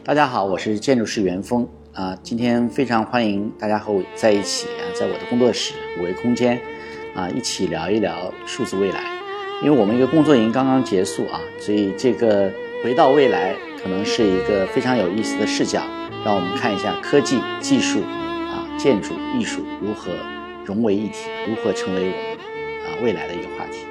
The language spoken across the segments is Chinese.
大家好，我是建筑师袁峰今天非常欢迎大家和我在一起在我的工作室五维空间一起聊一聊数字未来。因为我们一个工作营刚刚结束所以这个回到未来可能是一个非常有意思的视角，让我们看一下科技、技术建筑、艺术如何融为一体，如何成为我们未来的一个话题。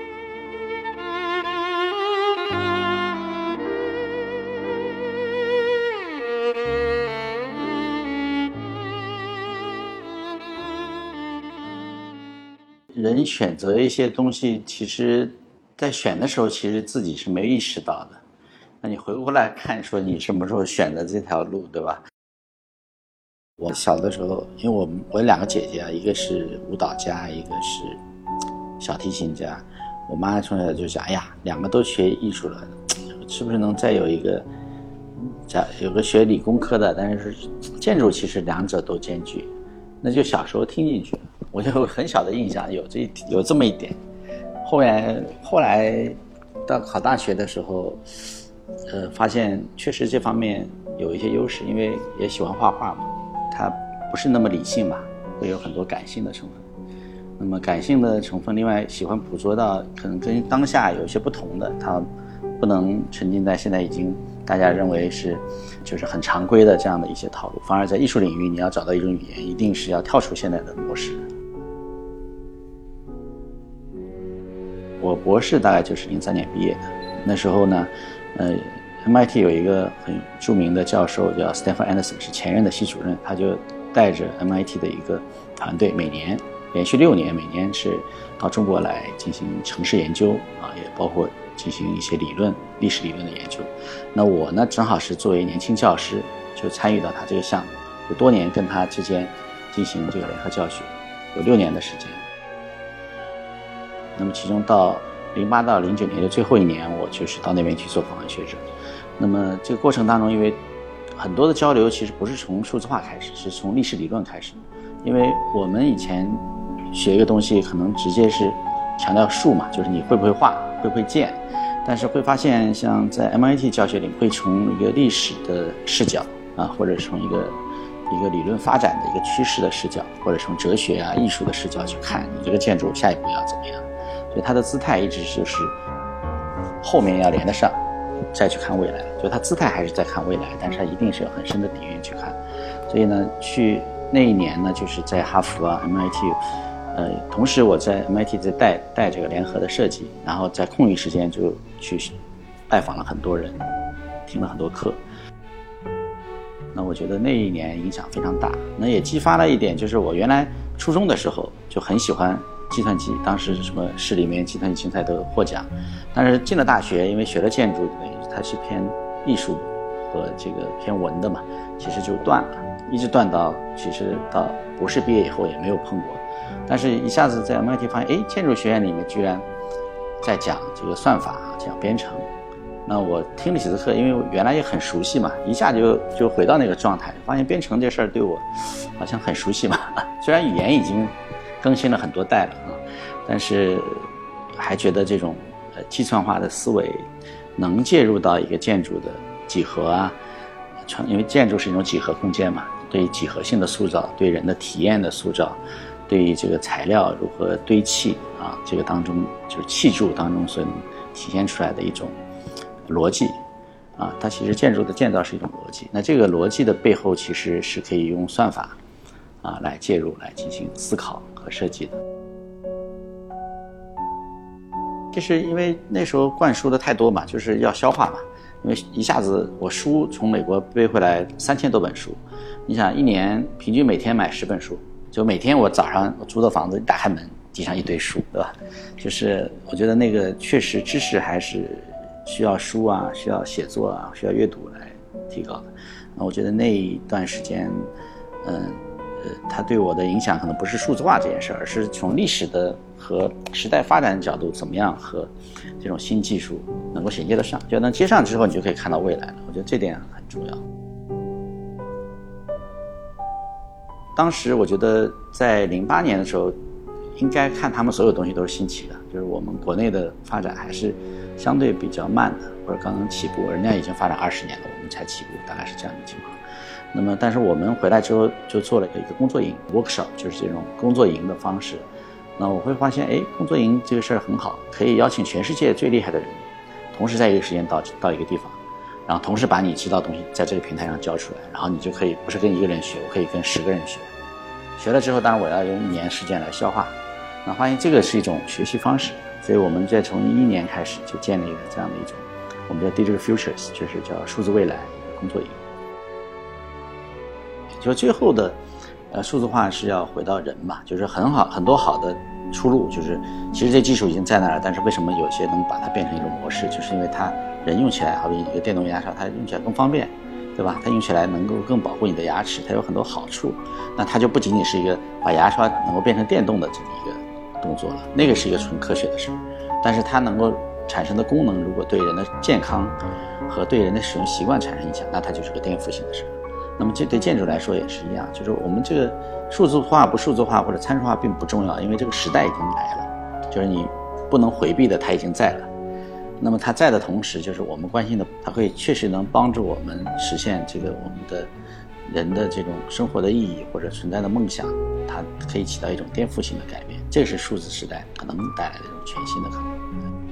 人选择一些东西，其实在选的时候其实自己是没意识到的，那你回过来看说你什么时候选的这条路，对吧？我小的时候，因为我有两个姐姐一个是舞蹈家，一个是小提琴家。我妈从小就讲，哎呀，两个都学艺术了，是不是能再有个学理工科的，但是建筑其实两者都兼具。那就小时候听进去了，我就很小的印象有这么一点。后来到考大学的时候，发现确实这方面有一些优势，因为也喜欢画画嘛，它不是那么理性嘛，会有很多感性的成分。那么感性的成分，另外喜欢捕捉到可能跟当下有一些不同的，它不能沉浸在现在已经大家认为就是很常规的这样的一些套路，反而在艺术领域你要找到一种语言，一定是要跳出现在的模式。我博士大概就是03年毕业的，那时候呢MIT 有一个很著名的教授叫 Stephen Anderson， 是前任的系主任，他就带着 MIT 的一个团队，每年连续6年，每年是到中国来进行城市研究也包括进行一些历史理论的研究。那我呢正好是作为年轻教师，就参与到他这个项目，有多年跟他之间进行这个联合教学，有6年的时间。那么其中到08到09年的最后1年，我就是到那边去做访问学者。那么这个过程当中，因为很多的交流其实不是从数字化开始，是从历史理论开始。因为我们以前学一个东西可能直接是强调数嘛，就是你会不会画，会不会建，但是会发现像在 MIT 教学里会从一个历史的视角或者从一个理论发展的一个趋势的视角，或者从哲学艺术的视角去看你这个建筑下一步要怎么样。所以它的姿态一直就是后面要连得上，再去看未来，就它姿态还是在看未来，但是它一定是有很深的底蕴去看。所以呢，去那一年呢，就是在哈佛MIT，同时我在 MIT 在带这个联合的设计，然后在空余时间就去拜访了很多人，听了很多课。那我觉得那一年影响非常大，那也激发了一点，就是我原来初中的时候就很喜欢计算机，当时什么市里面计算机竞赛都获奖，但是进了大学，因为学了建筑，它是偏艺术和这个偏文的嘛，其实就断了，一直断到其实到博士毕业以后也没有碰过。但是一下子在 MIT 发现，建筑学院里面居然在讲这个算法，讲编程。那我听了几次课，因为我原来也很熟悉嘛，一下就回到那个状态，发现编程这事儿对我好像很熟悉嘛。虽然语言已经更新了很多代了但是还觉得这种计算化的思维能介入到一个建筑的几何因为建筑是一种几何空间嘛，对几何性的塑造，对人的体验的塑造，对于这个材料如何堆砌这个当中就是砌筑当中所能体现出来的一种逻辑它其实建筑的建造是一种逻辑，那这个逻辑的背后其实是可以用算法来介入，来进行思考和设计的。其实因为那时候灌输的太多嘛，就是要消化嘛，因为一下子我书从美国背回来3000多本书，你想一年平均每天买10本书，就每天我早上我租的房子一打开门地上一堆书，对吧？就是我觉得那个确实知识还是需要书需要写作需要阅读来提高的。那我觉得那一段时间它对我的影响可能不是数字化这件事，而是从历史的和时代发展的角度怎么样和这种新技术能够衔接得上，就能接上之后你就可以看到未来了，我觉得这点很重要。当时我觉得在08年的时候应该看他们所有东西都是新奇的，就是我们国内的发展还是相对比较慢的，或者刚刚起步，人家已经发展20年了，我们才起步，大概是这样的情况。那么但是我们回来之后就做了一个工作营 workshop， 就是这种工作营的方式。那我会发现工作营这个事儿很好，可以邀请全世界最厉害的人同时在一个时间到一个地方，然后同时把你知道的东西在这个平台上教出来，然后你就可以不是跟1个人学，我可以跟10个人学。学了之后当然我要用1年时间来消化，那发现这个是一种学习方式，所以我们在从2011年开始就建立了这样的一种我们叫 Digital Futures， 就是叫数字未来工作营。就最后的数字化是要回到人嘛，就是很多好的出路，就是其实这技术已经在那儿了，但是为什么有些能把它变成一种模式，就是因为它人用起来，好比一个电动牙刷，它用起来更方便，对吧？它用起来能够更保护你的牙齿，它有很多好处。那它就不仅仅是一个把牙刷能够变成电动的这么一个动作了，那个是一个纯科学的事，但是它能够产生的功能，如果对人的健康和对人的使用习惯产生影响，那它就是个颠覆性的事。那么这对建筑来说也是一样，就是我们这个数字化不数字化或者参数化并不重要，因为这个时代已经来了，就是你不能回避的，它已经在了。那么它在的同时，就是我们关心的，它会确实能帮助我们实现这个我们的人的这种生活的意义或者存在的梦想，它可以起到一种颠覆性的改变，这是数字时代可能带来的一种全新的可能。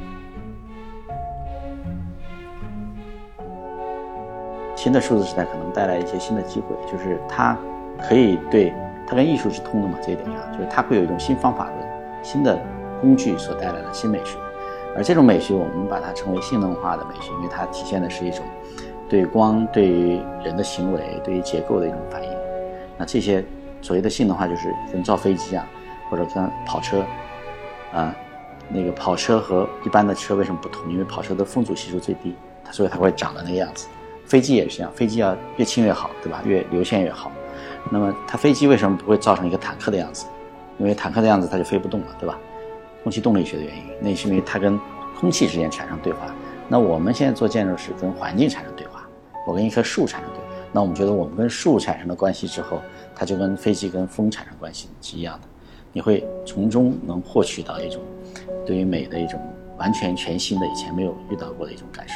新的数字时代可能带来一些新的机会，就是它可以对它跟艺术是通的嘛，这一点上就是它会有一种新方法论、新的工具所带来的新美学，而这种美学我们把它称为性能化的美学，因为它体现的是一种对光、对于人的行为、对于结构的一种反应。那这些所谓的性能化就是跟造飞机啊，或者跟跑车那个跑车和一般的车为什么不同？因为跑车的风阻系数最低，所以它会长得那个样子。飞机也是这样，飞机要越轻越好，对吧？越流线越好。那么它飞机为什么不会造成一个坦克的样子？因为坦克的样子它就飞不动了，对吧？空气动力学的原因，那是因为它跟空气之间产生对话。那我们现在做建筑是跟环境产生对话，我跟一棵树产生对话。那我们觉得我们跟树产生了关系之后，它就跟飞机跟风产生关系是一样的。你会从中能获取到一种对于美的一种完全全新的以前没有遇到过的一种感受。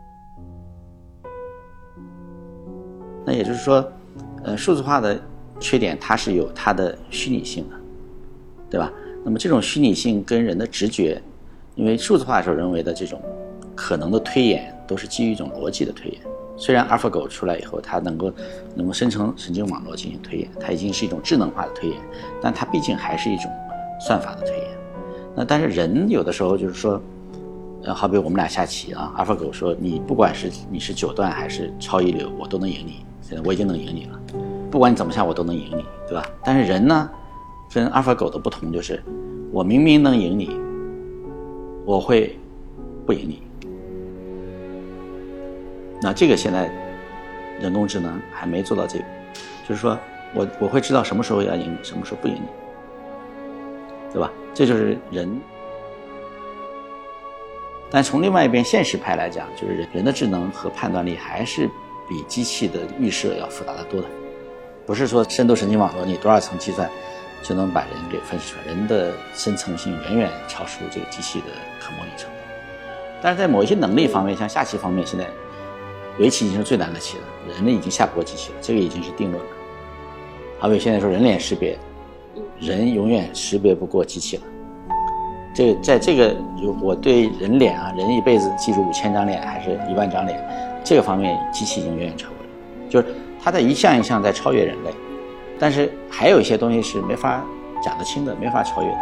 那也就是说数字化的缺点它是有它的虚拟性的，对吧？那么这种虚拟性跟人的直觉，因为数字化所认为的这种可能的推演都是基于一种逻辑的推演。虽然 AlphaGo 出来以后它能够生成神经网络进行推演，它已经是一种智能化的推演，但它毕竟还是一种算法的推演。那但是人有的时候就是说好比我们俩下棋啊 ，AlphaGo 说你不管是你是9段还是超一流，我都能赢你。现在我已经能赢你了，不管你怎么下我都能赢你，对吧？但是人呢，跟 AlphaGo 的不同就是我明明能赢你，我会不赢你。那这个现在人工智能还没做到这个，就是说我会知道什么时候要赢你，什么时候不赢你，对吧？这就是人。但从另外一边现实派来讲，就是人的智能和判断力还是比机器的预设要复杂得多的，不是说深度神经网络你多少层计算就能把人给分析出来，人的深层性远远超出这个机器的可模拟程度。但是在某一些能力方面，像下棋方面，现在围棋已经是最难的棋了，人类已经下不过机器了，这个已经是定论了。好比现在说人脸识别，人永远识别不过机器了。这个在这个我对人脸啊，人一辈子记住5000张脸还是10000张脸，这个方面机器已经远远超过了，就是它在一项一项在超越人类，但是还有一些东西是没法讲得清的，没法超越的。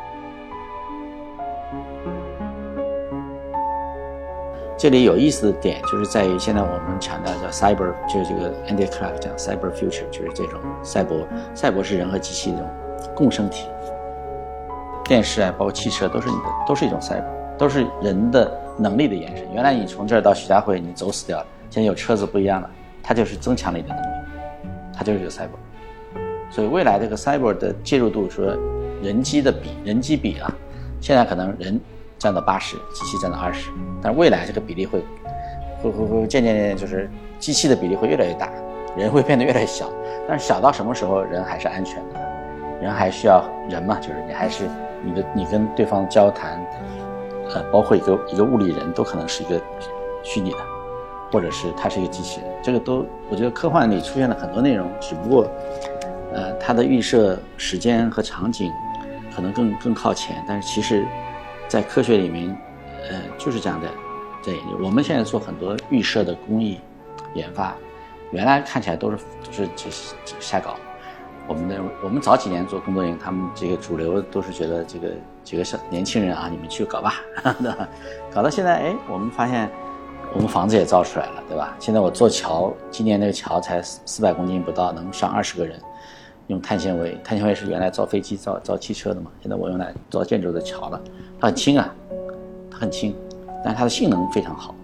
这里有意思的点就是在于现在我们强调叫 cyber， 就是这个 Andy Clark 讲 cyber future， 就是这种赛博是人和机器这种共生体。电视啊，包括汽车都是一种 cyber， 都是人的能力的延伸。原来你从这儿到徐家汇你走死掉了，现在有车子不一样了，它就是增强了你的能力，它就是这个 cyber。所以未来这个 cyber 的介入度，说人机比啊，现在可能人占到80%，机器占到20%，但是未来这个比例会渐渐就是机器的比例会越来越大，人会变得越来越小。但是小到什么时候人还是安全的？人还需要人嘛，就是你还是你跟对方交谈， 包括一个物理人都可能是一个虚拟的，或者是它是一个机器人。这个都我觉得科幻里出现了很多内容，只不过它的预设时间和场景可能更靠前，但是其实在科学里面就是这样的。对，我们现在做很多预设的工艺研发，原来看起来都是瞎搞。我们早几年做工作营，他们这个主流都是觉得这个几个小年轻人啊，你们去搞吧，搞到现在，我们发现我们房子也造出来了，对吧？现在我做桥，今年那个桥才400公斤不到，能上20个人，用碳纤维，碳纤维是原来造飞机、造汽车的嘛，现在我用来造建筑的桥了。它很轻啊，它很轻，但是它的性能非常好。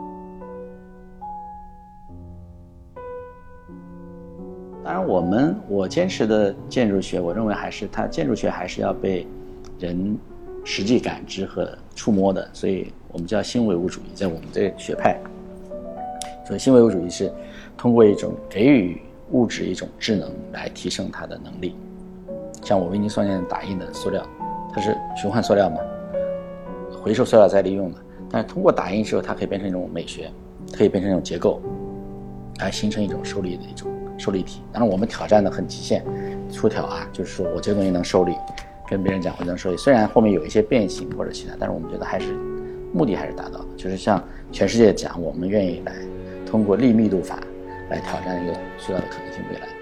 当然我坚持的建筑学，我认为建筑学还是要被人实际感知和触摸的，所以我们叫新唯物主义，在我们这个学派。所以新唯物主义是通过一种给予物质一种智能来提升它的能力。像我为您所见打印的塑料，它是循环塑料嘛，回收塑料再利用的，但是通过打印之后，它可以变成一种美学，可以变成一种结构，来形成一种受力的一种受力体。当然我们挑战的很极限，出挑啊，就是说我这个东西能受力，跟别人讲我能受力，虽然后面有一些变形或者其他，但是我们觉得目的还是达到了，就是向全世界讲，我们愿意来通过力密度法来挑战一个塑料的可能性未来。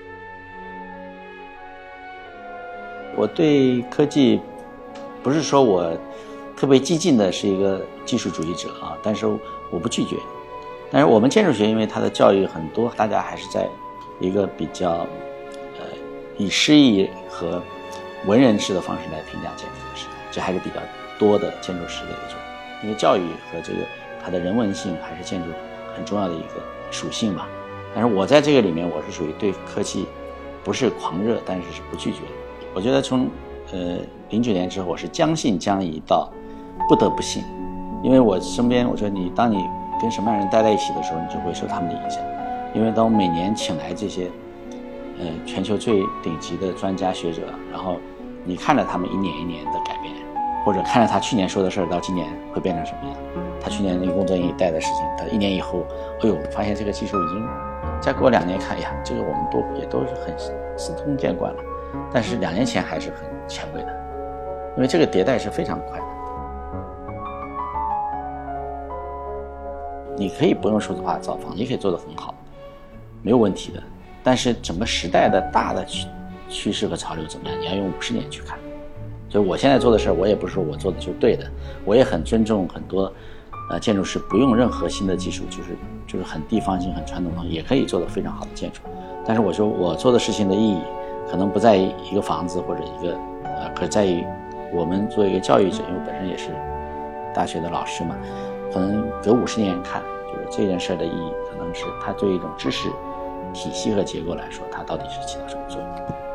我对科技不是说我特别激进的是一个技术主义者啊，但是我不拒绝。但是我们建筑学因为它的教育很多，大家还是在一个比较以诗意和文人式的方式来评价建筑的时代，这还是比较多的建筑师的一种，因为教育和这个它的人文性还是建筑很重要的一个属性吧。但是我在这个里面，我是属于对科技不是狂热，但是是不拒绝的。我觉得从09年之后，我是将信将疑到不得不信，因为我身边，我觉得当你跟什么样的人待在一起的时候，你就会受他们的影响。因为当我每年请来这些全球最顶级的专家学者，然后你看着他们一年一年的改变，或者看着他去年说的事儿到今年会变成什么样，他去年那个工作营带的事情，他1年以后，发现这个技术已经再过2年看，这个我们也都是很司空见惯了，但是2年前还是很前卫的，因为这个迭代是非常快的。你可以不用数字化造房，你可以做得很好，没有问题的。但是整个时代的大的趋势和潮流怎么样，你要用50年去看。所以我现在做的事，我也不是说我做的就是对的，我也很尊重很多建筑师不用任何新的技术，就是很地方性、很传统的也可以做得非常好的建筑。但是我说我做的事情的意义，可能不在于一个房子或者一个可在于我们作为一个教育者，因为我本身也是大学的老师嘛，可能隔50年看，就是这件事的意义，可能是它对一种知识体系和结构来说，它到底是起到什么作用。